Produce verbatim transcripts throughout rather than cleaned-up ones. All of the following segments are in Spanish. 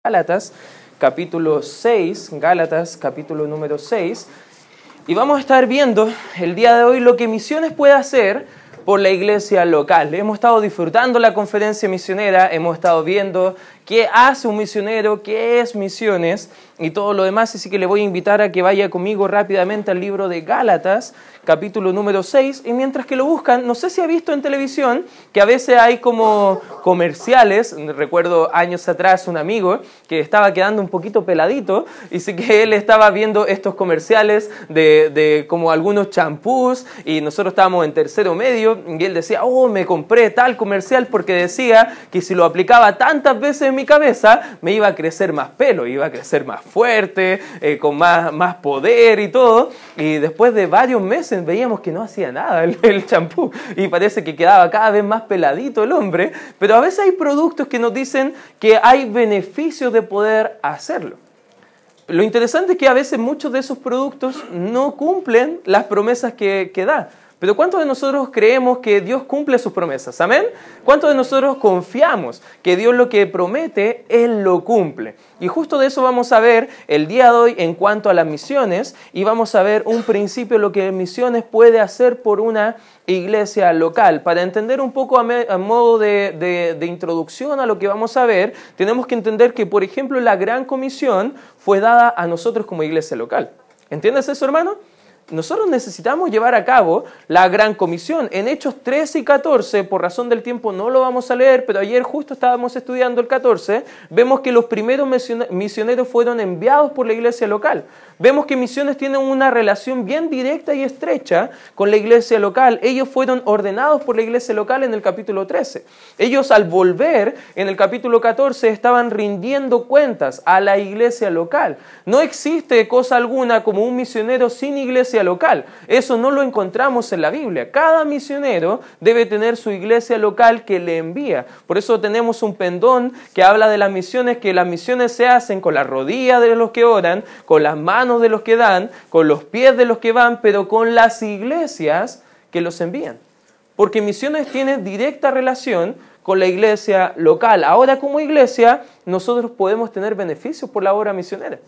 Gálatas, capítulo seis, Gálatas, capítulo número seis, y vamos a estar viendo el día de hoy lo que Misiones puede hacer por la iglesia local. Hemos estado disfrutando la conferencia misionera, hemos estado viendo qué hace un misionero, qué es Misiones y todo lo demás, así que le voy a invitar a que vaya conmigo rápidamente al libro de Gálatas, capítulo número seis, y mientras que lo buscan, no sé si ha visto en televisión que a veces hay como comerciales. Recuerdo años atrás un amigo que estaba quedando un poquito peladito, y sí que él estaba viendo estos comerciales de, de como algunos champús, y nosotros estábamos en tercero medio, y él decía, oh, me compré tal comercial porque decía que si lo aplicaba tantas veces en mi cabeza, me iba a crecer más pelo, iba a crecer más fuerte, eh, con más, más poder y todo, y después de varios meses veíamos que no hacía nada el, el champú, y parece que quedaba cada vez más peladito el hombre, pero a veces hay productos que nos dicen que hay beneficios de poder hacerlo. Lo interesante es que a veces muchos de esos productos no cumplen las promesas que, que da. Pero ¿cuántos de nosotros creemos que Dios cumple sus promesas? ¿Amén? ¿Cuántos de nosotros confiamos que Dios lo que promete, Él lo cumple? Y justo de eso vamos a ver el día de hoy en cuanto a las misiones, y vamos a ver un principio de lo que Misiones puede hacer por una iglesia local. Para entender un poco a, me, a modo de, de, de introducción a lo que vamos a ver, tenemos que entender que, por ejemplo, la Gran Comisión fue dada a nosotros como iglesia local. ¿Entiendes eso, hermano? Nosotros necesitamos llevar a cabo la Gran Comisión. En Hechos trece y catorce, por razón del tiempo no lo vamos a leer, pero ayer justo estábamos estudiando el catorce, vemos que los primeros misioneros fueron enviados por la iglesia local. Vemos que Misiones tienen una relación bien directa y estrecha con la iglesia local. Ellos fueron ordenados por la iglesia local en el capítulo trece. Ellos, al volver en el capítulo catorce, estaban rindiendo cuentas a la iglesia local. No existe cosa alguna como un misionero sin iglesia local. Eso no lo encontramos en la Biblia. Cada misionero debe tener su iglesia local que le envía. Por eso tenemos un pendón que habla de las misiones, que las misiones se hacen con la rodilla de los que oran, con las manos de los que dan, con los pies de los que van, pero con las iglesias que los envían. Porque Misiones tiene directa relación con la iglesia local. Ahora, como iglesia, nosotros podemos tener beneficios por la obra misionera.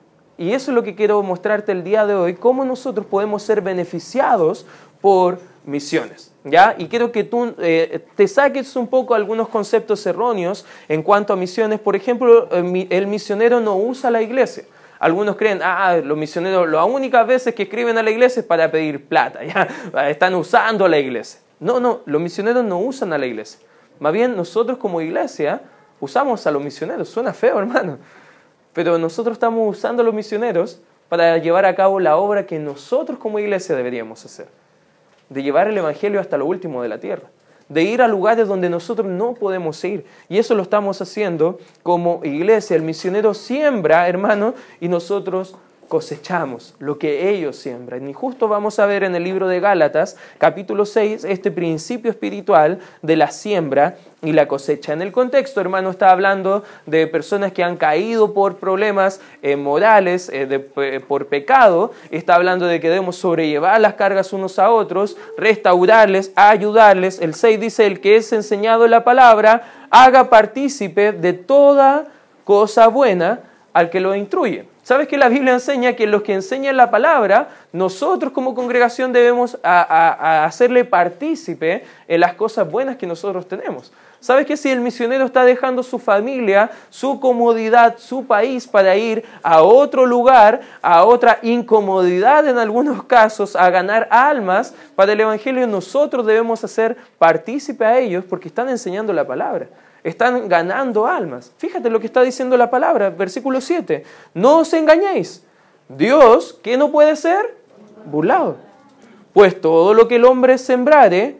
Y eso es lo que quiero mostrarte el día de hoy, cómo nosotros podemos ser beneficiados por Misiones, ¿ya? Y quiero que tú eh, te saques un poco algunos conceptos erróneos en cuanto a misiones. Por ejemplo, el misionero no usa la iglesia. Algunos creen, ah, los misioneros, las únicas veces que escriben a la iglesia es para pedir plata, ¿ya? Están usando a la iglesia. No, no, los misioneros no usan a la iglesia. Más bien, nosotros como iglesia usamos a los misioneros. Suena feo, hermano. Pero nosotros estamos usando a los misioneros para llevar a cabo la obra que nosotros como iglesia deberíamos hacer. De llevar el evangelio hasta lo último de la tierra. De ir a lugares donde nosotros no podemos ir. Y eso lo estamos haciendo como iglesia. El misionero siembra, hermano, y nosotros cosechamos lo que ellos siembran. Y justo vamos a ver en el libro de Gálatas, capítulo seis, este principio espiritual de la siembra y la cosecha. En el contexto, hermano, está hablando de personas que han caído por problemas eh, morales, eh, de, eh, por pecado. Está hablando de que debemos sobrellevar las cargas unos a otros, restaurarles, ayudarles. El seis dice, el que es enseñado en la palabra, haga partícipe de toda cosa buena al que lo instruye. ¿Sabes que la Biblia enseña que los que enseñan la palabra, nosotros como congregación debemos a, a, a hacerle partícipe en las cosas buenas que nosotros tenemos? ¿Sabes que si el misionero está dejando su familia, su comodidad, su país para ir a otro lugar, a otra incomodidad en algunos casos, a ganar almas para el evangelio, nosotros debemos hacer partícipe a ellos porque están enseñando la palabra? Están ganando almas. Fíjate lo que está diciendo la palabra, versículo siete. No os engañéis. Dios, ¿qué no puede ser? Burlado. Pues todo lo que el hombre sembrare,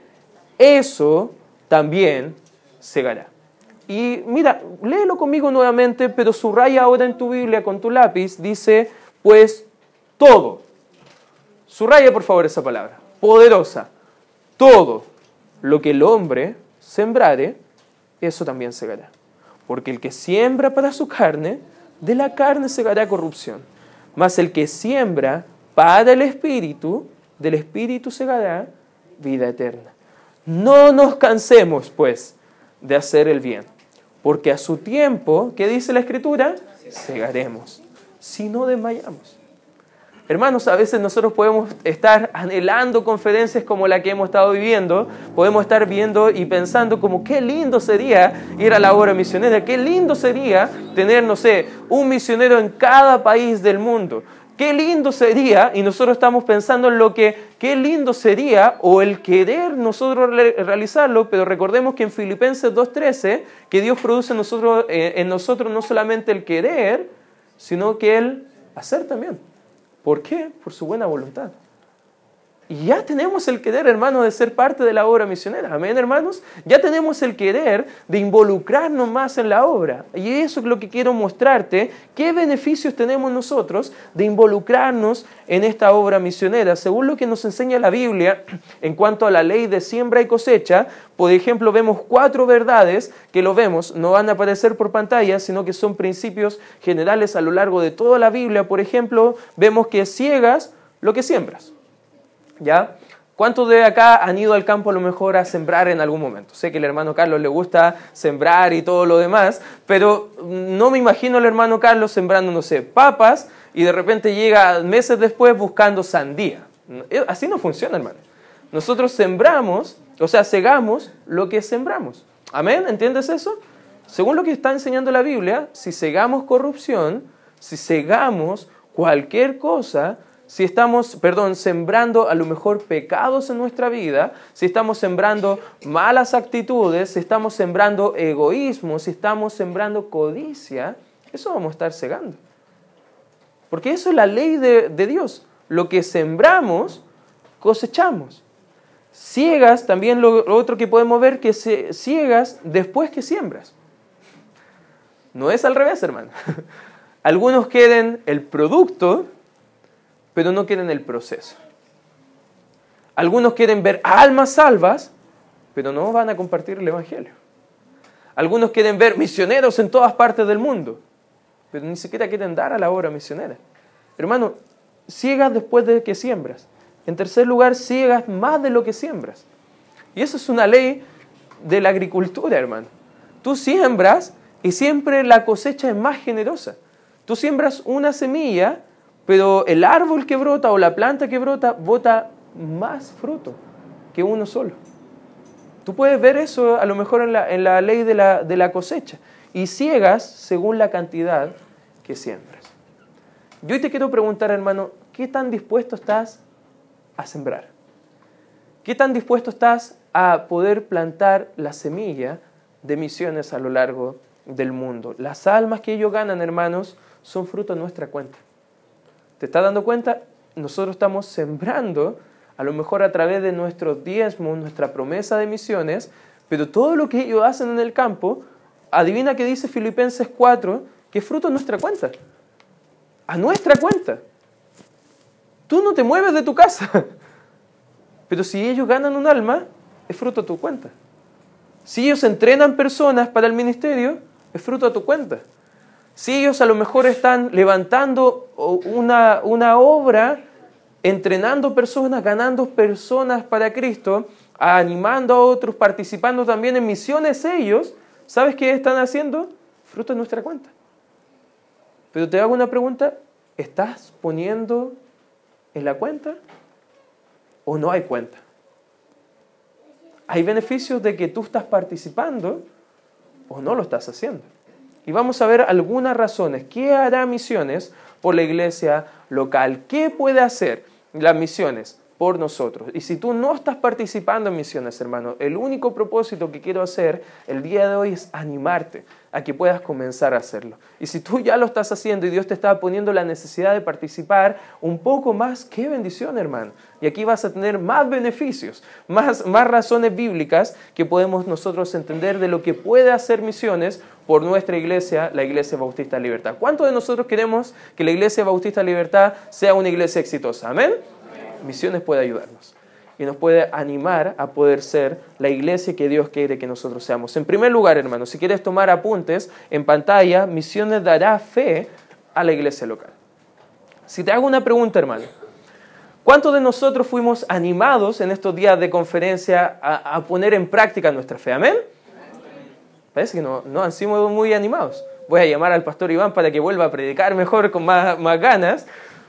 eso también segará. Y mira, léelo conmigo nuevamente, pero subraya ahora en tu Biblia con tu lápiz, dice, pues todo. Subraya por favor esa palabra, poderosa. Todo lo que el hombre sembrare, eso también segará. Porque el que siembra para su carne, de la carne segará corrupción. Mas el que siembra para el Espíritu, del Espíritu segará vida eterna. No nos cansemos, pues, de hacer el bien, porque a su tiempo, ¿qué dice la Escritura? Segaremos, si no desmayamos. Hermanos, a veces nosotros podemos estar anhelando conferencias como la que hemos estado viviendo, podemos estar viendo y pensando como qué lindo sería ir a la obra misionera, qué lindo sería tener, no sé, un misionero en cada país del mundo. Qué lindo sería, y nosotros estamos pensando en lo que, qué lindo sería, o el querer nosotros realizarlo, pero recordemos que en Filipenses dos trece, que Dios produce en nosotros, eh, en nosotros no solamente el querer, sino que el hacer también. ¿Por qué? Por su buena voluntad. Y ya tenemos el querer, hermanos, de ser parte de la obra misionera. Amén, hermanos. Ya tenemos el querer de involucrarnos más en la obra. Y eso es lo que quiero mostrarte. ¿Qué beneficios tenemos nosotros de involucrarnos en esta obra misionera? Según lo que nos enseña la Biblia, en cuanto a la ley de siembra y cosecha, por ejemplo, vemos cuatro verdades que lo vemos. No van a aparecer por pantalla, sino que son principios generales a lo largo de toda la Biblia. Por ejemplo, vemos que ciegas lo que siembras. ¿Ya? ¿Cuántos de acá han ido al campo a lo mejor a sembrar en algún momento? Sé que el hermano Carlos le gusta sembrar y todo lo demás, pero no me imagino al hermano Carlos sembrando, no sé, papas y de repente llega meses después buscando sandía. Así no funciona, hermano. Nosotros sembramos, o sea, segamos lo que sembramos. ¿Amén? ¿Entiendes eso? Según lo que está enseñando la Biblia, si segamos corrupción, si segamos cualquier cosa, si estamos, perdón, sembrando a lo mejor pecados en nuestra vida, si estamos sembrando malas actitudes, si estamos sembrando egoísmo, si estamos sembrando codicia, eso vamos a estar segando. Porque eso es la ley de, de Dios. Lo que sembramos, cosechamos. Ciegas, también lo, lo otro que podemos ver, que se, ciegas después que siembras. No es al revés, hermano. Algunos quieren el producto, pero no quieren el proceso. Algunos quieren ver almas salvas, pero no van a compartir el Evangelio. Algunos quieren ver misioneros en todas partes del mundo, pero ni siquiera quieren dar a la obra misionera. Hermano, ciegas después de que siembras. En tercer lugar, ciegas más de lo que siembras. Y eso es una ley de la agricultura, hermano. Tú siembras y siempre la cosecha es más generosa. Tú siembras una semilla, pero el árbol que brota o la planta que brota, bota más fruto que uno solo. Tú puedes ver eso a lo mejor en la, en la ley de la, de la cosecha. Y ciegas según la cantidad que siembras. Yo hoy te quiero preguntar, hermano, ¿qué tan dispuesto estás a sembrar? ¿Qué tan dispuesto estás a poder plantar la semilla de misiones a lo largo del mundo? Las almas que ellos ganan, hermanos, son fruto de nuestra cuenta. ¿Te estás dando cuenta? Nosotros estamos sembrando, a lo mejor a través de nuestros diezmos, nuestra promesa de misiones, pero todo lo que ellos hacen en el campo, adivina que dice Filipenses cuatro, que es fruto de nuestra cuenta. A nuestra cuenta. Tú no te mueves de tu casa, pero si ellos ganan un alma, es fruto de tu cuenta. Si ellos entrenan personas para el ministerio, es fruto de tu cuenta. Si ellos a lo mejor están levantando una, una obra, entrenando personas, ganando personas para Cristo, animando a otros, participando también en misiones ellos, ¿sabes qué están haciendo? Fruto de nuestra cuenta. Pero te hago una pregunta, ¿estás poniendo en la cuenta o no hay cuenta? ¿Hay beneficios de que tú estás participando o no lo estás haciendo? Y vamos a ver algunas razones. ¿Qué hará misiones por la iglesia local? ¿Qué puede hacer las misiones por nosotros? Y si tú no estás participando en misiones, hermano, el único propósito que quiero hacer el día de hoy es animarte a que puedas comenzar a hacerlo. Y si tú ya lo estás haciendo y Dios te está poniendo la necesidad de participar un poco más, qué bendición, hermano. Y aquí vas a tener más beneficios, más, más razones bíblicas que podemos nosotros entender de lo que puede hacer misiones por nuestra iglesia, la Iglesia Bautista Libertad. ¿Cuántos de nosotros queremos que la Iglesia Bautista Libertad sea una iglesia exitosa? ¿Amén? Amén. Misiones puede ayudarnos y nos puede animar a poder ser la iglesia que Dios quiere que nosotros seamos. En primer lugar, hermanos, si quieres tomar apuntes en pantalla, Misiones dará fe a la iglesia local. Si te hago una pregunta, hermano, ¿cuántos de nosotros fuimos animados en estos días de conferencia a, a poner en práctica nuestra fe? ¿Amén? Parece que no, no han sido muy animados. Voy a llamar al pastor Iván para que vuelva a predicar mejor, con más, más ganas.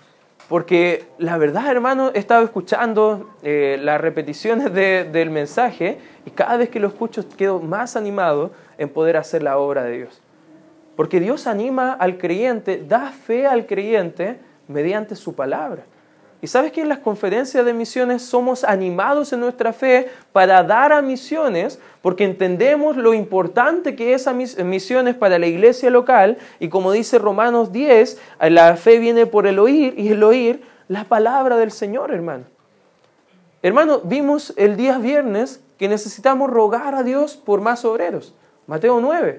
Porque la verdad, hermano, he estado escuchando eh, las repeticiones de, del mensaje y cada vez que lo escucho quedo más animado en poder hacer la obra de Dios. Porque Dios anima al creyente, da fe al creyente mediante su palabra. Y sabes que en las conferencias de misiones somos animados en nuestra fe para dar a misiones porque entendemos lo importante que es a misiones para la iglesia local y como dice Romanos diez, la fe viene por el oír y el oír la palabra del Señor, hermano. Hermano, vimos el día viernes que necesitamos rogar a Dios por más obreros. Mateo nueve.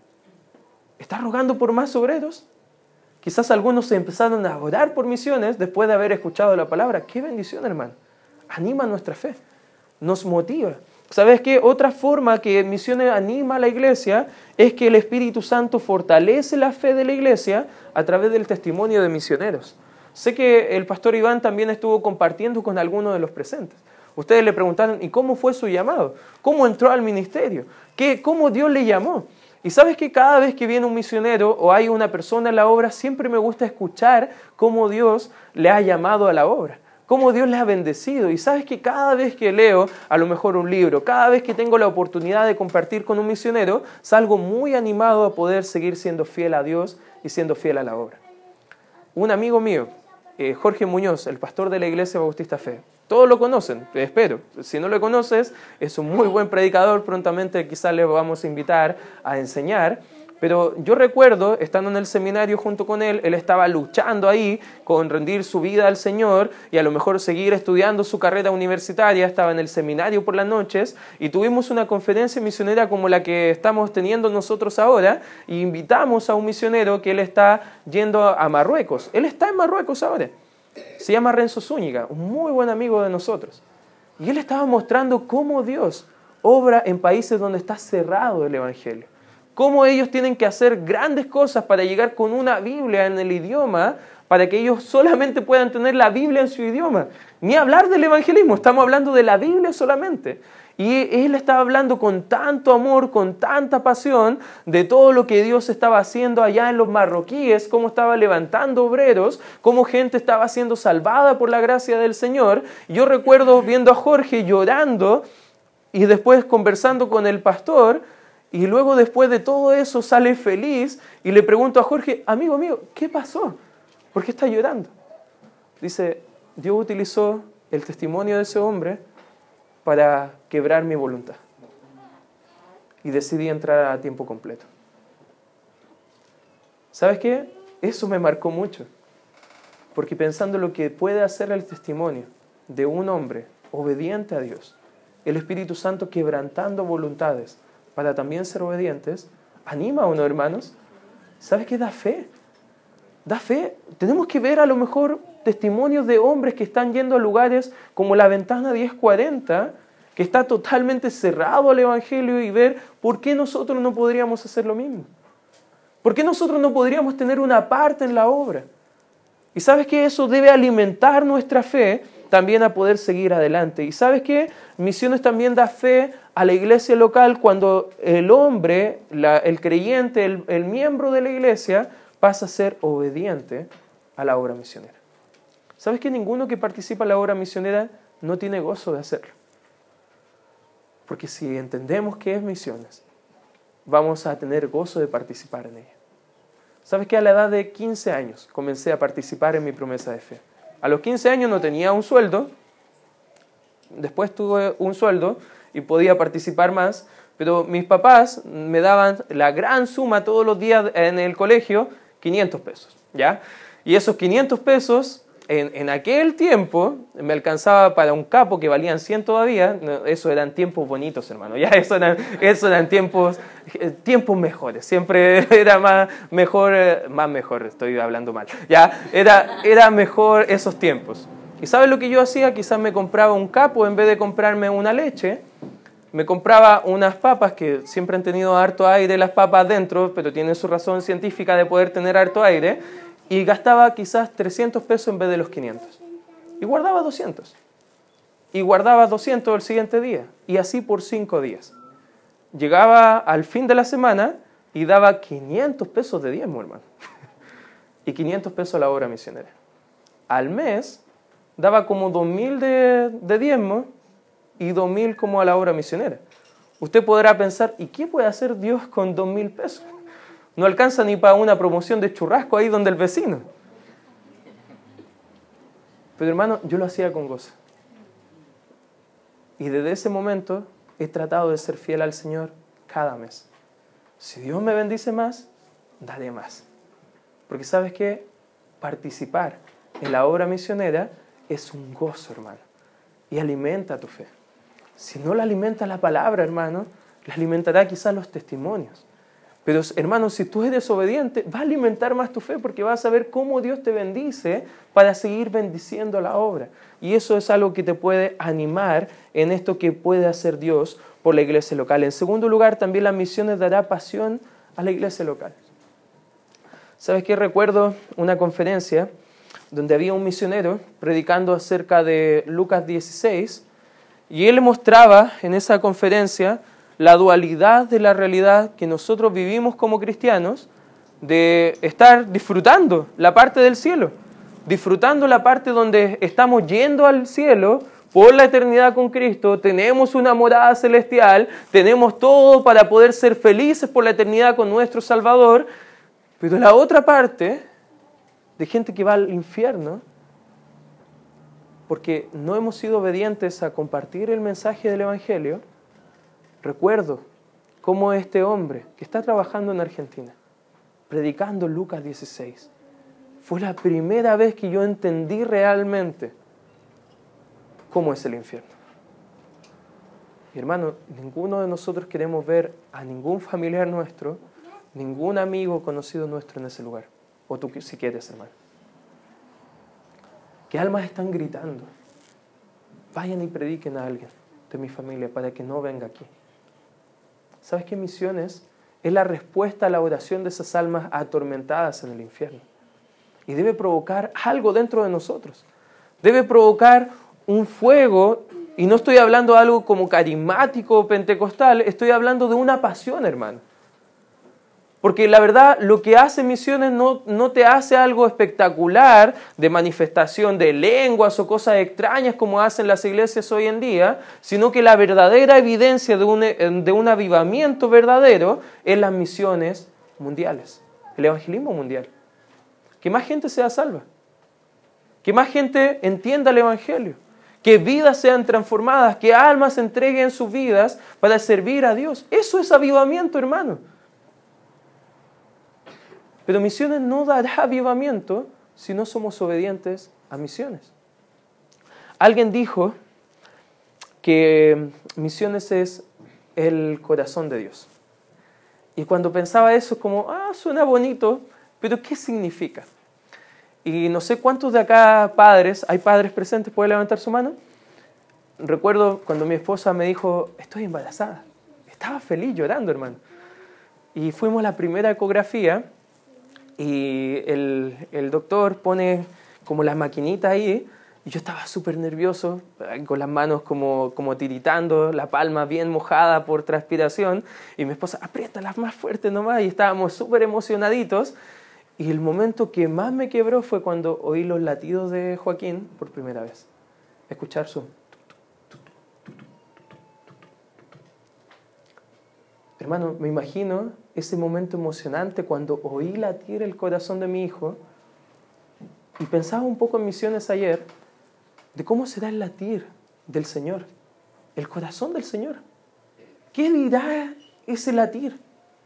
¿Estás rogando por más obreros? Quizás algunos se empezaron a orar por misiones después de haber escuchado la palabra. ¡Qué bendición, hermano! Anima nuestra fe, nos motiva. ¿Sabes qué? Otra forma que misiones anima a la iglesia es que el Espíritu Santo fortalece la fe de la iglesia a través del testimonio de misioneros. Sé que el pastor Iván también estuvo compartiendo con algunos de los presentes. Ustedes le preguntaron, ¿y cómo fue su llamado? ¿Cómo entró al ministerio? ¿Qué, ¿Cómo Dios le llamó? Y sabes que cada vez que viene un misionero o hay una persona en la obra, siempre me gusta escuchar cómo Dios le ha llamado a la obra, cómo Dios le ha bendecido. Y sabes que cada vez que leo a lo mejor un libro, cada vez que tengo la oportunidad de compartir con un misionero, salgo muy animado a poder seguir siendo fiel a Dios y siendo fiel a la obra. Un amigo mío, eh, Jorge Muñoz, el pastor de la Iglesia Bautista Fe, todos lo conocen, espero. Si no lo conoces, es un muy buen predicador. Prontamente quizás le vamos a invitar a enseñar. Pero yo recuerdo, estando en el seminario junto con él, él estaba luchando ahí con rendir su vida al Señor y a lo mejor seguir estudiando su carrera universitaria. Estaba en el seminario por las noches y tuvimos una conferencia misionera como la que estamos teniendo nosotros ahora y invitamos a un misionero que él está yendo a Marruecos. Él está en Marruecos ahora. Se llama Renzo Zúñiga, un muy buen amigo de nosotros. Y él estaba mostrando cómo Dios obra en países donde está cerrado el Evangelio. Cómo ellos tienen que hacer grandes cosas para llegar con una Biblia en el idioma, para que ellos solamente puedan tener la Biblia en su idioma. Ni hablar del evangelismo, estamos hablando de la Biblia solamente. Y él estaba hablando con tanto amor, con tanta pasión, de todo lo que Dios estaba haciendo allá en los marroquíes, cómo estaba levantando obreros, cómo gente estaba siendo salvada por la gracia del Señor. Yo recuerdo viendo a Jorge llorando y después conversando con el pastor, y luego después de todo eso sale feliz y le pregunto a Jorge, amigo mío, ¿qué pasó? ¿Por qué está llorando? Dice, Dios utilizó el testimonio de ese hombre para quebrar mi voluntad. Y decidí entrar a tiempo completo. ¿Sabes qué? Eso me marcó mucho. Porque pensando lo que puede hacer el testimonio de un hombre obediente a Dios, el Espíritu Santo quebrantando voluntades para también ser obedientes, anima a uno, hermanos. ¿Sabes qué? Da fe. Da fe. Tenemos que ver a lo mejor testimonios de hombres que están yendo a lugares como la Ventana diez cuarenta, que está totalmente cerrado al Evangelio, y ver por qué nosotros no podríamos hacer lo mismo. ¿Por qué nosotros no podríamos tener una parte en la obra? Y sabes que eso debe alimentar nuestra fe también a poder seguir adelante. Y sabes que Misiones también da fe a la iglesia local cuando el hombre, la, el creyente, el, el miembro de la iglesia pasa a ser obediente a la obra misionera. ¿Sabes que ninguno que participa en la obra misionera no tiene gozo de hacerlo? Porque si entendemos qué es misiones, vamos a tener gozo de participar en ella. ¿Sabes que a la edad de quince años comencé a participar en mi promesa de fe? A los quince años no tenía un sueldo, después tuve un sueldo y podía participar más, pero mis papás me daban la gran suma todos los días en el colegio, quinientos pesos, ¿ya? Y esos quinientos pesos, en, en aquel tiempo, me alcanzaba para un capo que valían cien todavía. Eso eran tiempos bonitos, hermano, ya, eso eran, eso eran tiempos, tiempos mejores, siempre era más mejor, más mejor, estoy hablando mal, ya, era, era mejor esos tiempos. ¿Y sabes lo que yo hacía? Quizás me compraba un capo en vez de comprarme una leche. Me compraba unas papas que siempre han tenido harto aire las papas dentro, pero tienen su razón científica de poder tener harto aire, y gastaba quizás trescientos pesos en vez de los quinientos. Y guardaba doscientos. Y guardaba doscientos el siguiente día. Y así por cinco días. llegaba al fin de la semana y daba quinientos pesos de diezmo, hermano. Y quinientos pesos a la obra misionera. Al mes daba como dos mil de, de diezmo y dos mil como a la obra misionera. Usted podrá pensar, ¿y qué puede hacer Dios con dos mil pesos? No alcanza ni para una promoción de churrasco ahí donde el vecino. Pero hermano, yo lo hacía con gozo. Y desde ese momento he tratado de ser fiel al Señor cada mes. Si Dios me bendice más, daré más. Porque ¿sabes qué? Participar en la obra misionera es un gozo, hermano. Y alimenta tu fe. Si no la alimenta la palabra, hermano, la alimentará quizás los testimonios. Pero, hermano, si tú eres desobediente, va a alimentar más tu fe porque vas a ver cómo Dios te bendice para seguir bendiciendo la obra. Y eso es algo que te puede animar en esto que puede hacer Dios por la iglesia local. En segundo lugar, también las misiones dará pasión a la iglesia local. ¿Sabes qué? Recuerdo una conferencia donde había un misionero predicando acerca de Lucas dieciséis y él mostraba en esa conferencia la dualidad de la realidad que nosotros vivimos como cristianos de estar disfrutando la parte del cielo, disfrutando la parte donde estamos yendo al cielo por la eternidad con Cristo, tenemos una morada celestial, tenemos todo para poder ser felices por la eternidad con nuestro Salvador, pero la otra parte de gente que va al infierno porque no hemos sido obedientes a compartir el mensaje del Evangelio. Recuerdo cómo este hombre que está trabajando en Argentina, predicando Lucas dieciséis, fue la primera vez que yo entendí realmente cómo es el infierno. Y hermano, ninguno de nosotros queremos ver a ningún familiar nuestro, ningún amigo conocido nuestro en ese lugar. O tú si quieres, hermano. ¿Qué almas están gritando? Vayan y prediquen a alguien de mi familia para que no venga aquí. ¿Sabes qué? Misiones es la respuesta a la oración de esas almas atormentadas en el infierno. Y debe provocar algo dentro de nosotros. Debe provocar un fuego, y no estoy hablando de algo como carismático o pentecostal, estoy hablando de una pasión, hermano. Porque la verdad, lo que hace misiones no, no te hace algo espectacular de manifestación de lenguas o cosas extrañas como hacen las iglesias hoy en día, sino que la verdadera evidencia de un, de un avivamiento verdadero es las misiones mundiales, el evangelismo mundial. Que más gente sea salva, que más gente entienda el evangelio, que vidas sean transformadas, que almas entreguen sus vidas para servir a Dios. Eso es avivamiento, hermano. Pero misiones no dará avivamiento si no somos obedientes a misiones. Alguien dijo que misiones es el corazón de Dios. Y cuando pensaba eso, como, ah, suena bonito, pero ¿qué significa? Y no sé cuántos de acá padres, ¿hay padres presentes? ¿Puede levantar su mano? Recuerdo cuando mi esposa me dijo, estoy embarazada. Estaba feliz llorando, hermano. Y fuimos a la primera ecografía. Y el, el doctor pone como las maquinitas ahí, y yo estaba súper nervioso, con las manos como, como tiritando, la palma bien mojada por transpiración, y mi esposa, apriétalas más fuerte nomás, y estábamos súper emocionaditos. Y el momento que más me quebró fue cuando oí los latidos de Joaquín por primera vez. Escuchar su... Hermano, me imagino ese momento emocionante cuando oí latir el corazón de mi hijo y pensaba un poco en misiones ayer de cómo será el latir del Señor, el corazón del Señor. ¿Qué dirá ese latir?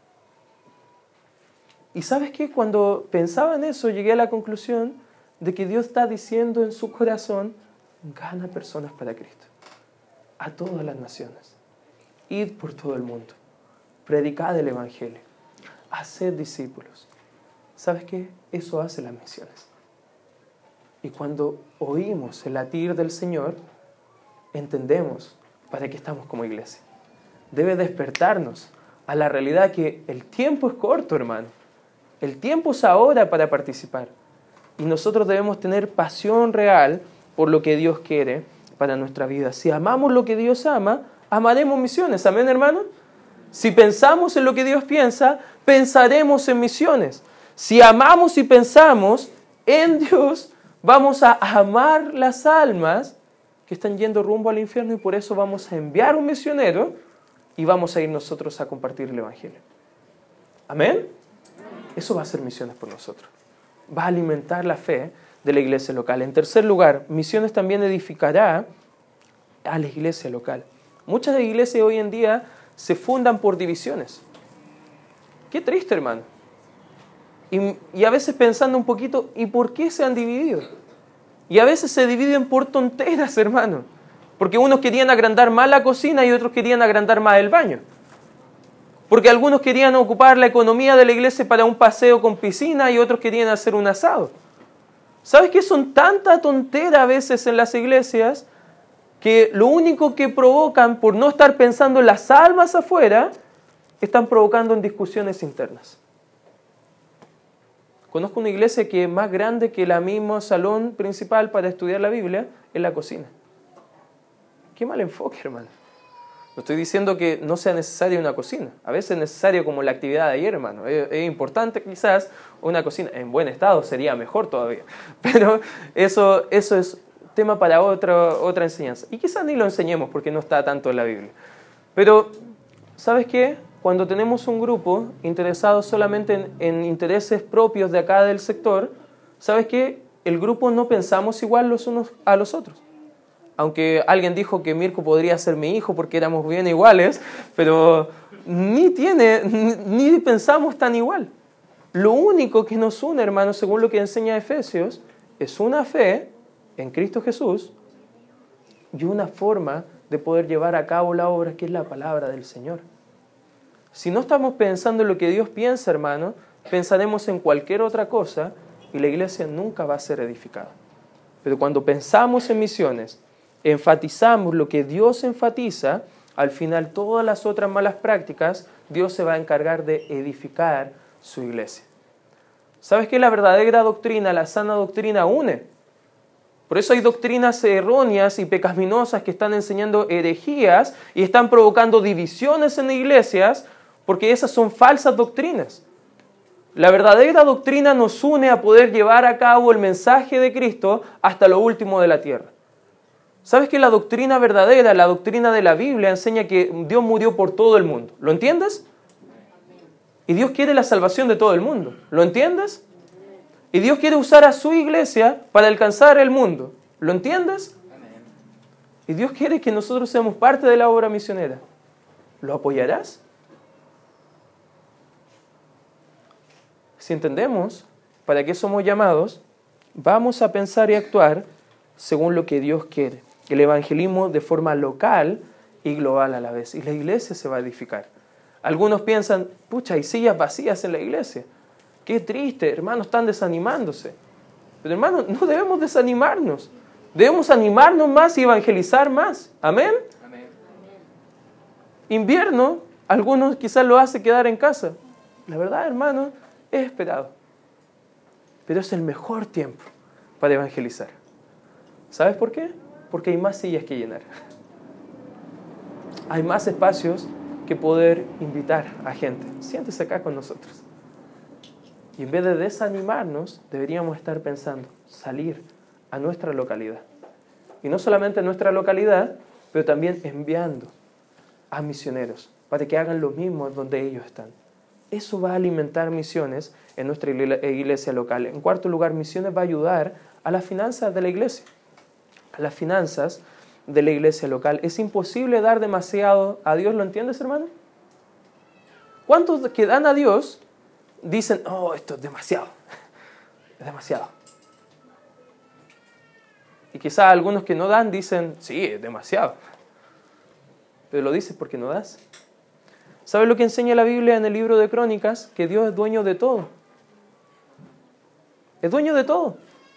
Y ¿sabes qué? Cuando pensaba en eso llegué a la conclusión de que Dios está diciendo en su corazón, gana personas para Cristo, a todas las naciones, id por todo el mundo. Predicad el Evangelio. Haced discípulos. ¿Sabes qué? Eso hace las misiones. Y cuando oímos el latir del Señor, entendemos para qué estamos como iglesia. Debe despertarnos a la realidad que el tiempo es corto, hermano. El tiempo es ahora para participar. Y nosotros debemos tener pasión real por lo que Dios quiere para nuestra vida. Si amamos lo que Dios ama, amaremos misiones. ¿Amén, hermano? Si pensamos en lo que Dios piensa, pensaremos en misiones. Si amamos y pensamos en Dios, vamos a amar las almas que están yendo rumbo al infierno y por eso vamos a enviar un misionero y vamos a ir nosotros a compartir el Evangelio. ¿Amén? Eso va a ser misiones por nosotros. Va a alimentar la fe de la iglesia local. En tercer lugar, misiones también edificará a la iglesia local. Muchas iglesias hoy en día se fundan por divisiones. Qué triste, hermano. Y, y a veces pensando un poquito, ¿y por qué se han dividido? Y a veces se dividen por tonteras, hermano. Porque unos querían agrandar más la cocina y otros querían agrandar más el baño. Porque algunos querían ocupar la economía de la iglesia para un paseo con piscina y otros querían hacer un asado. ¿Sabes qué? Son tanta tontera a veces en las iglesias que lo único que provocan por no estar pensando en las almas afuera, están provocando en discusiones internas. Conozco una iglesia que es más grande que el mismo salón principal para estudiar la Biblia en la cocina. Qué mal enfoque, hermano. No estoy diciendo que no sea necesaria una cocina. A veces es necesario como la actividad de ayer, hermano. Es, es importante quizás una cocina. En buen estado sería mejor todavía. Pero eso, eso es tema para otra, otra enseñanza. Y quizás ni lo enseñemos porque no está tanto en la Biblia. Pero, ¿sabes qué? Cuando tenemos un grupo interesado solamente en, en intereses propios de acá del sector, ¿sabes qué? El grupo no pensamos igual los unos a los otros. Aunque alguien dijo que Mirko podría ser mi hijo porque éramos bien iguales, pero ni tiene, ni, ni pensamos tan igual. Lo único que nos une, hermanos, según lo que enseña Efesios, es una fe en Cristo Jesús y una forma de poder llevar a cabo la obra que es la palabra del Señor. Si no estamos pensando en lo que Dios piensa, hermano, pensaremos en cualquier otra cosa y la iglesia nunca va a ser edificada. Pero cuando pensamos en misiones, enfatizamos lo que Dios enfatiza, al final todas las otras malas prácticas, Dios se va a encargar de edificar su iglesia. ¿Sabes qué? La verdadera doctrina, la sana doctrina une. Por eso hay doctrinas erróneas y pecaminosas que están enseñando herejías y están provocando divisiones en iglesias porque esas son falsas doctrinas. La verdadera doctrina nos une a poder llevar a cabo el mensaje de Cristo hasta lo último de la tierra. ¿Sabes que la doctrina verdadera, la doctrina de la Biblia, enseña que Dios murió por todo el mundo? ¿Lo entiendes? Y Dios quiere la salvación de todo el mundo. ¿Lo entiendes? Y Dios quiere usar a su iglesia para alcanzar el mundo. ¿Lo entiendes? Y Dios quiere que nosotros seamos parte de la obra misionera. ¿Lo apoyarás? Si entendemos para qué somos llamados, vamos a pensar y actuar según lo que Dios quiere. El evangelismo de forma local y global a la vez. Y la iglesia se va a edificar. Algunos piensan, pucha, hay sillas vacías en la iglesia. Qué triste, hermanos, están desanimándose. Pero hermanos, no debemos desanimarnos. Debemos animarnos más y evangelizar más. ¿Amén? Amén. Invierno, algunos quizás lo hace quedar en casa. La verdad, hermanos, es esperado. Pero es el mejor tiempo para evangelizar. ¿Sabes por qué? Porque hay más sillas que llenar. Hay más espacios que poder invitar a gente. Siéntese acá con nosotros. Y en vez de desanimarnos, deberíamos estar pensando, salir a nuestra localidad. Y no solamente a nuestra localidad, pero también enviando a misioneros para que hagan lo mismo donde ellos están. Eso va a alimentar misiones en nuestra iglesia local. En cuarto lugar, misiones va a ayudar a las finanzas de la iglesia. A las finanzas de la iglesia local. Es imposible dar demasiado a Dios, ¿lo entiendes, hermano? ¿Cuántos que dan a Dios dicen, oh, esto es demasiado, es demasiado? Y quizás algunos que no dan dicen, sí, es demasiado. Pero lo dices porque no das. ¿Sabes lo que enseña la Biblia en el libro de Crónicas? Que Dios es dueño de todo. Es dueño de todo.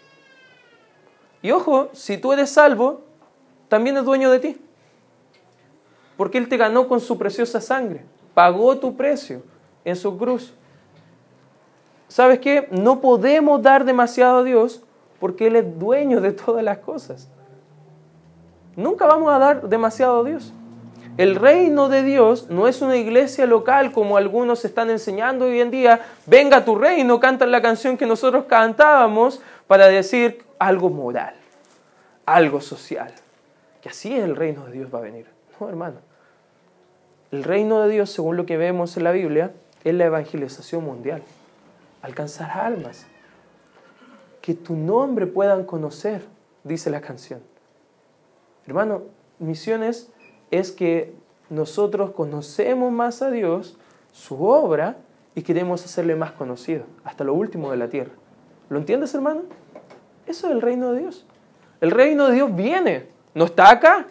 Y ojo, si tú eres salvo, también es dueño de ti. Porque Él te ganó con su preciosa sangre. Pagó tu precio en su cruz. ¿Sabes qué? No podemos dar demasiado a Dios porque Él es dueño de todas las cosas. Nunca vamos a dar demasiado a Dios. El reino de Dios no es una iglesia local como algunos están enseñando hoy en día. Venga tu reino, cantan la canción que nosotros cantábamos para decir algo moral, algo social. Que así el reino de Dios va a venir. No, hermano. El reino de Dios, según lo que vemos en la Biblia, es la evangelización mundial. Alcanzar almas. Que tu nombre puedan conocer, dice la canción. Hermano, misiones es que nosotros conocemos más a Dios, su obra, y queremos hacerle más conocido, hasta lo último de la tierra. ¿Lo entiendes, hermano? Eso es el reino de Dios. El reino de Dios viene, no está acá.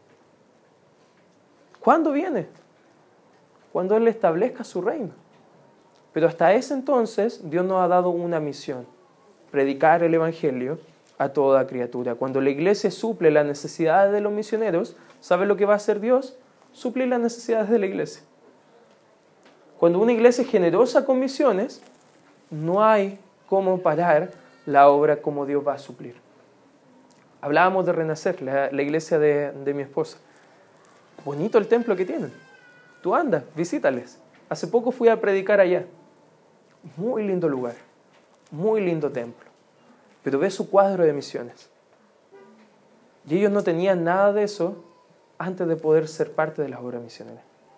¿Cuándo viene? Cuando Él establezca su reino. Pero hasta ese entonces, Dios nos ha dado una misión: predicar el evangelio a toda criatura. Cuando la iglesia suple las necesidades de los misioneros, ¿sabe lo que va a hacer Dios? Suplir las necesidades de la iglesia. Cuando una iglesia es generosa con misiones, no hay cómo parar la obra como Dios va a suplir. Hablábamos de Renacer, la, la iglesia de, de mi esposa. Bonito el templo que tienen. Tú andas, visítales. Hace poco fui a predicar allá. Muy lindo lugar, muy lindo templo. Pero ve su cuadro de misiones. Y ellos no tenían nada de eso antes de poder ser parte de las obras misioneras.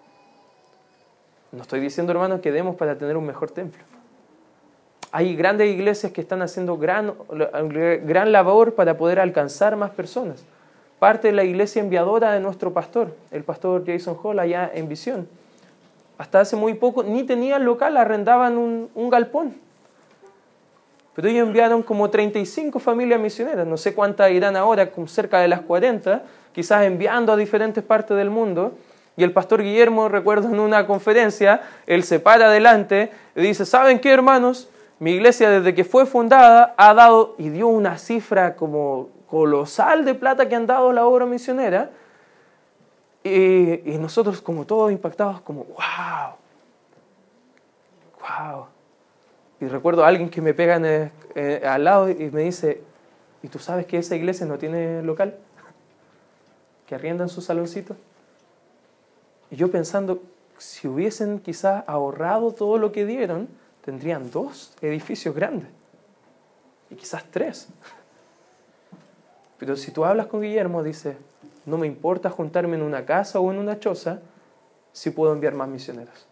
No estoy diciendo, hermanos, que demos para tener un mejor templo. Hay grandes iglesias que están haciendo gran, gran labor para poder alcanzar más personas. Parte de la iglesia enviadora de nuestro pastor, el pastor Jason Hall, allá en Visión. Hasta hace muy poco ni tenían local, arrendaban un, un galpón. Pero ellos enviaron como treinta y cinco familias misioneras. No sé cuántas irán ahora, como cerca de las cuarenta, quizás enviando a diferentes partes del mundo. Y el pastor Guillermo, recuerdo en una conferencia, él se para adelante y dice: ¿saben qué, hermanos? Mi iglesia desde que fue fundada ha dado, y dio una cifra como colosal de plata que han dado a la obra misionera. Y, y nosotros como todos impactados, como wow, wow. Y recuerdo a alguien que me pega en el, eh, al lado y me dice: ¿y tú sabes que esa iglesia no tiene local? ¿Que arriendan su saloncito? Y yo pensando, si hubiesen quizás ahorrado todo lo que dieron, tendrían dos edificios grandes. Y quizás tres. Pero si tú hablas con Guillermo, dice: no me importa juntarme en una casa o en una choza si puedo enviar más misioneros.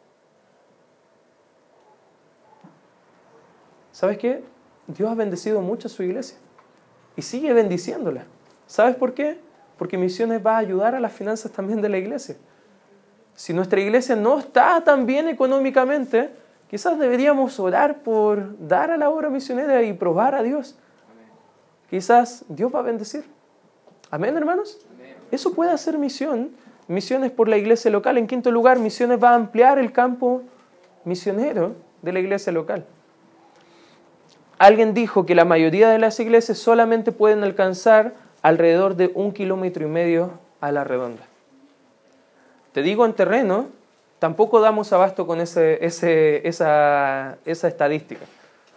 ¿Sabes qué? Dios ha bendecido mucho a su iglesia y sigue bendiciéndola. ¿Sabes por qué? Porque misiones va a ayudar a las finanzas también de la iglesia. Si nuestra iglesia no está tan bien económicamente, quizás deberíamos orar por dar a la obra misionera y probar a Dios. Quizás Dios va a bendecir. ¿Amén, hermanos? Amén. Eso puede hacer misión. Misiones por la iglesia local. En quinto lugar, misiones va a ampliar el campo misionero de la iglesia local. Alguien dijo que la mayoría de las iglesias solamente pueden alcanzar alrededor de un kilómetro y medio a la redonda. Te digo en terreno, tampoco damos abasto con ese, ese, esa, esa estadística.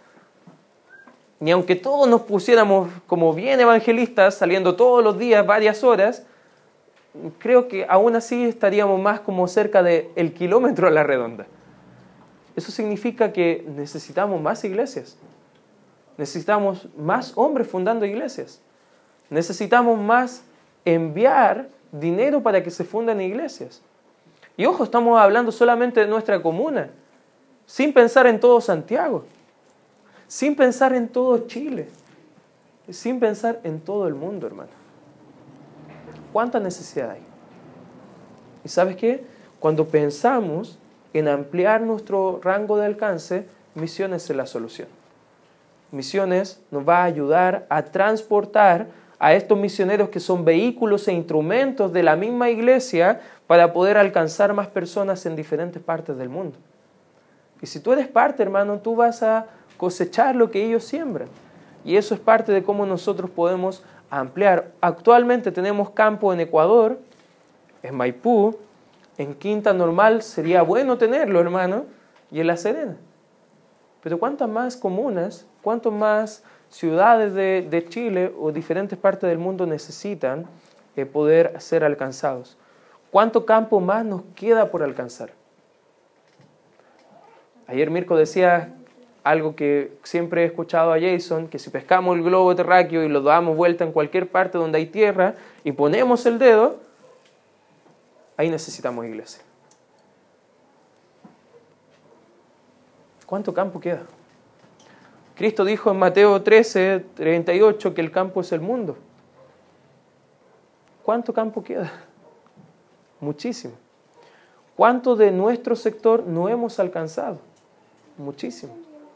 Ni aunque todos nos pusiéramos como bien evangelistas, saliendo todos los días varias horas, creo que aún así estaríamos más como cerca del kilómetro a la redonda. Eso significa que necesitamos más iglesias. Necesitamos más hombres fundando iglesias. Necesitamos más enviar dinero para que se funden iglesias. Y ojo, estamos hablando solamente de nuestra comuna, sin pensar en todo Santiago, sin pensar en todo Chile, sin pensar en todo el mundo, hermano. ¿Cuánta necesidad hay? ¿Y sabes qué? Cuando pensamos en ampliar nuestro rango de alcance, misiones es la solución. Misiones nos va a ayudar a transportar a estos misioneros que son vehículos e instrumentos de la misma iglesia para poder alcanzar más personas en diferentes partes del mundo. Y si tú eres parte, hermano, tú vas a cosechar lo que ellos siembran. Y eso es parte de cómo nosotros podemos ampliar. Actualmente tenemos campo en Ecuador, en Maipú, en Quinta Normal sería bueno tenerlo, hermano, y en La Serena. Pero ¿cuántas más comunas, cuántas más ciudades de, de Chile o diferentes partes del mundo necesitan eh, poder ser alcanzados? ¿Cuánto campo más nos queda por alcanzar? Ayer Mirko decía algo que siempre he escuchado a Jason, que si pescamos el globo terráqueo y lo damos vuelta en cualquier parte donde hay tierra y ponemos el dedo, ahí necesitamos iglesia. ¿Cuánto campo queda? Cristo dijo en Mateo trece, treinta y ocho que el campo es el mundo. ¿Cuánto campo queda? Muchísimo. ¿Cuánto de nuestro sector no hemos alcanzado? Muchísimo.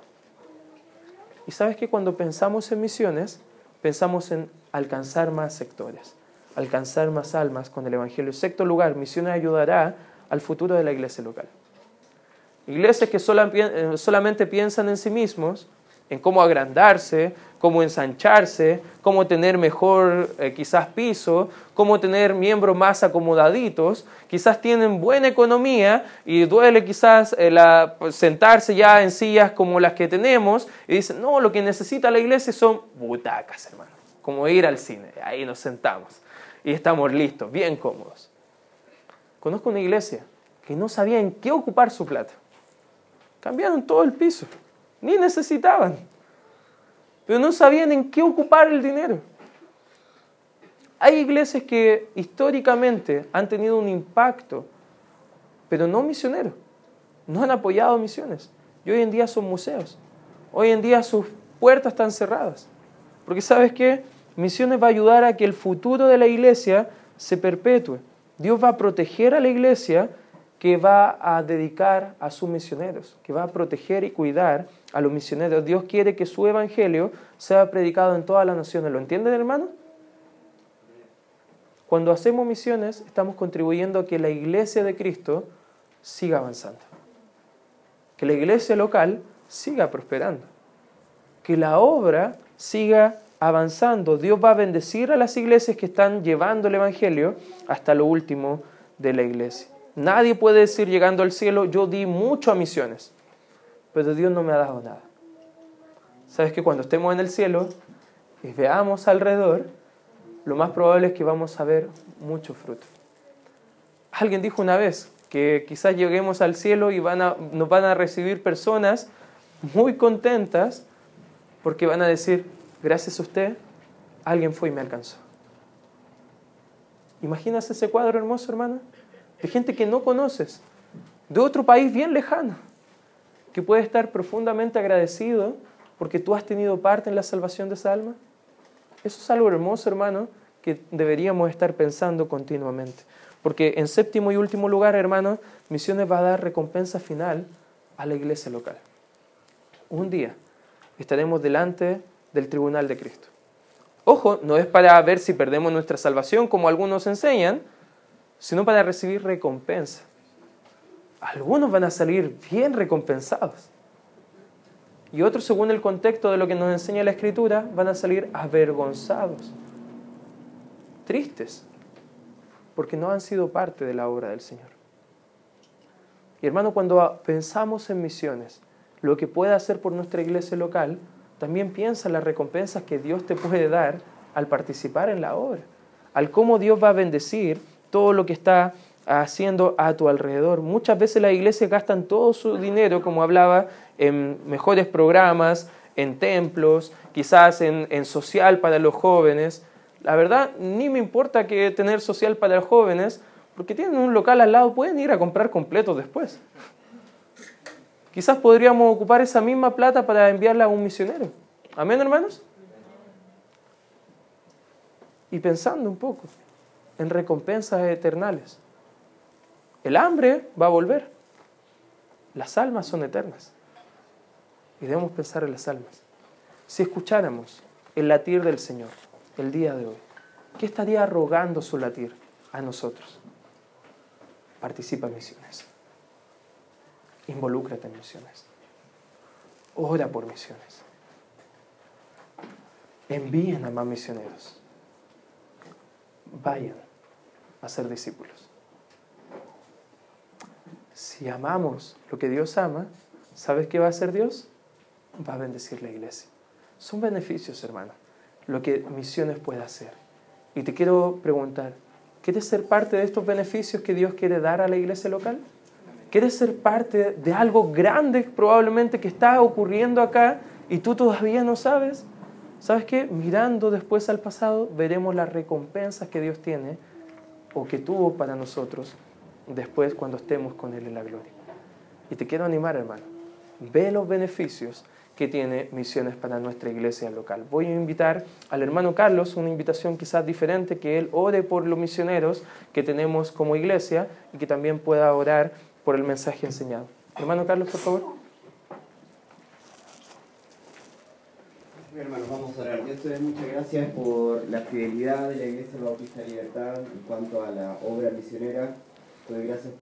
Y sabes que cuando pensamos en misiones, pensamos en alcanzar más sectores, alcanzar más almas con el Evangelio. En sexto lugar, misiones ayudará al futuro de la iglesia local. Iglesias que solamente piensan en sí mismos, en cómo agrandarse, cómo ensancharse, cómo tener mejor eh, quizás piso, cómo tener miembros más acomodaditos, quizás tienen buena economía y duele quizás eh, la, pues, sentarse ya en sillas como las que tenemos y dicen, no, lo que necesita la iglesia son butacas, hermano, como ir al cine, ahí nos sentamos y estamos listos, bien cómodos. Conozco una iglesia que no sabía en qué ocupar su plata. Cambiaron todo el piso. Ni necesitaban, pero no sabían en qué ocupar el dinero. Hay iglesias que históricamente han tenido un impacto, pero no misioneros. No han apoyado misiones. Y hoy en día son museos. Hoy en día sus puertas están cerradas. Porque ¿sabes qué? Misiones va a ayudar a que el futuro de la iglesia se perpetúe. Dios va a proteger a la iglesia que va a dedicar a sus misioneros, que va a proteger y cuidar a los misioneros. Dios quiere que su evangelio sea predicado en todas las naciones. ¿Lo entienden, hermano? Cuando hacemos misiones, estamos contribuyendo a que la iglesia de Cristo siga avanzando. Que la iglesia local siga prosperando. Que la obra siga avanzando. Dios va a bendecir a las iglesias que están llevando el evangelio hasta lo último de la iglesia. Nadie puede decir llegando al cielo, yo di mucho a misiones, pero Dios no me ha dado nada. ¿Sabes que cuando estemos en el cielo y veamos alrededor, lo más probable es que vamos a ver mucho fruto? Alguien dijo una vez que quizás lleguemos al cielo y van a, nos van a recibir personas muy contentas porque van a decir, gracias a usted, alguien fue y me alcanzó. ¿Imaginas ese cuadro hermoso, hermano? De gente que no conoces, de otro país bien lejano, que puede estar profundamente agradecido porque tú has tenido parte en la salvación de esa alma. Eso es algo hermoso, hermano, que deberíamos estar pensando continuamente. Porque en séptimo y último lugar, hermano, Misiones va a dar recompensa final a la iglesia local. Un día estaremos delante del tribunal de Cristo. Ojo, no es para ver si perdemos nuestra salvación, como algunos enseñan, sino para recibir recompensa. Algunos van a salir bien recompensados. Y otros, según el contexto de lo que nos enseña la Escritura, van a salir avergonzados, tristes, porque no han sido parte de la obra del Señor. Y hermano, cuando pensamos en misiones, lo que puede hacer por nuestra iglesia local, también piensa en las recompensas que Dios te puede dar al participar en la obra, al cómo Dios va a bendecir todo lo que está haciendo a tu alrededor. Muchas veces las iglesias gastan todo su dinero, como hablaba, en mejores programas, en templos, quizás en, en social para los jóvenes. La verdad, ni me importa que tener social para los jóvenes, porque tienen un local al lado, pueden ir a comprar completos después. Quizás podríamos ocupar esa misma plata para enviarla a un misionero. ¿Amén, hermanos? Y pensando un poco en recompensas eternales. El hambre va a volver. Las almas son eternas. Y debemos pensar en las almas. Si escucháramos el latir del Señor el día de hoy, ¿qué estaría rogando su latir a nosotros? Participa en misiones. Involúcrate en misiones. Ora por misiones. Envíen a más misioneros. Vayan a ser discípulos. Si amamos lo que Dios ama, ¿sabes qué va a hacer Dios? Va a bendecir la iglesia. Son beneficios, hermano, lo que misiones puede hacer. Y te quiero preguntar, ¿Quieres ser parte de estos beneficios que Dios quiere dar a la iglesia local? ¿Quieres ser parte de algo grande probablemente que está ocurriendo acá y tú todavía no sabes? ¿Sabes qué? Mirando después al pasado, veremos las recompensas que Dios tiene o que tuvo para nosotros después cuando estemos con Él en la gloria. Y te quiero animar, hermano. Ve los beneficios que tiene Misiones para nuestra iglesia local. Voy a invitar al hermano Carlos, una invitación quizás diferente, que él ore por los misioneros que tenemos como iglesia y que también pueda orar por el mensaje enseñado. Hermano Carlos, por favor. Hermanos, vamos a orar. Dios te dé muchas gracias por la fidelidad de la Iglesia Bautista Libertad en cuanto a la obra misionera. Te doy gracias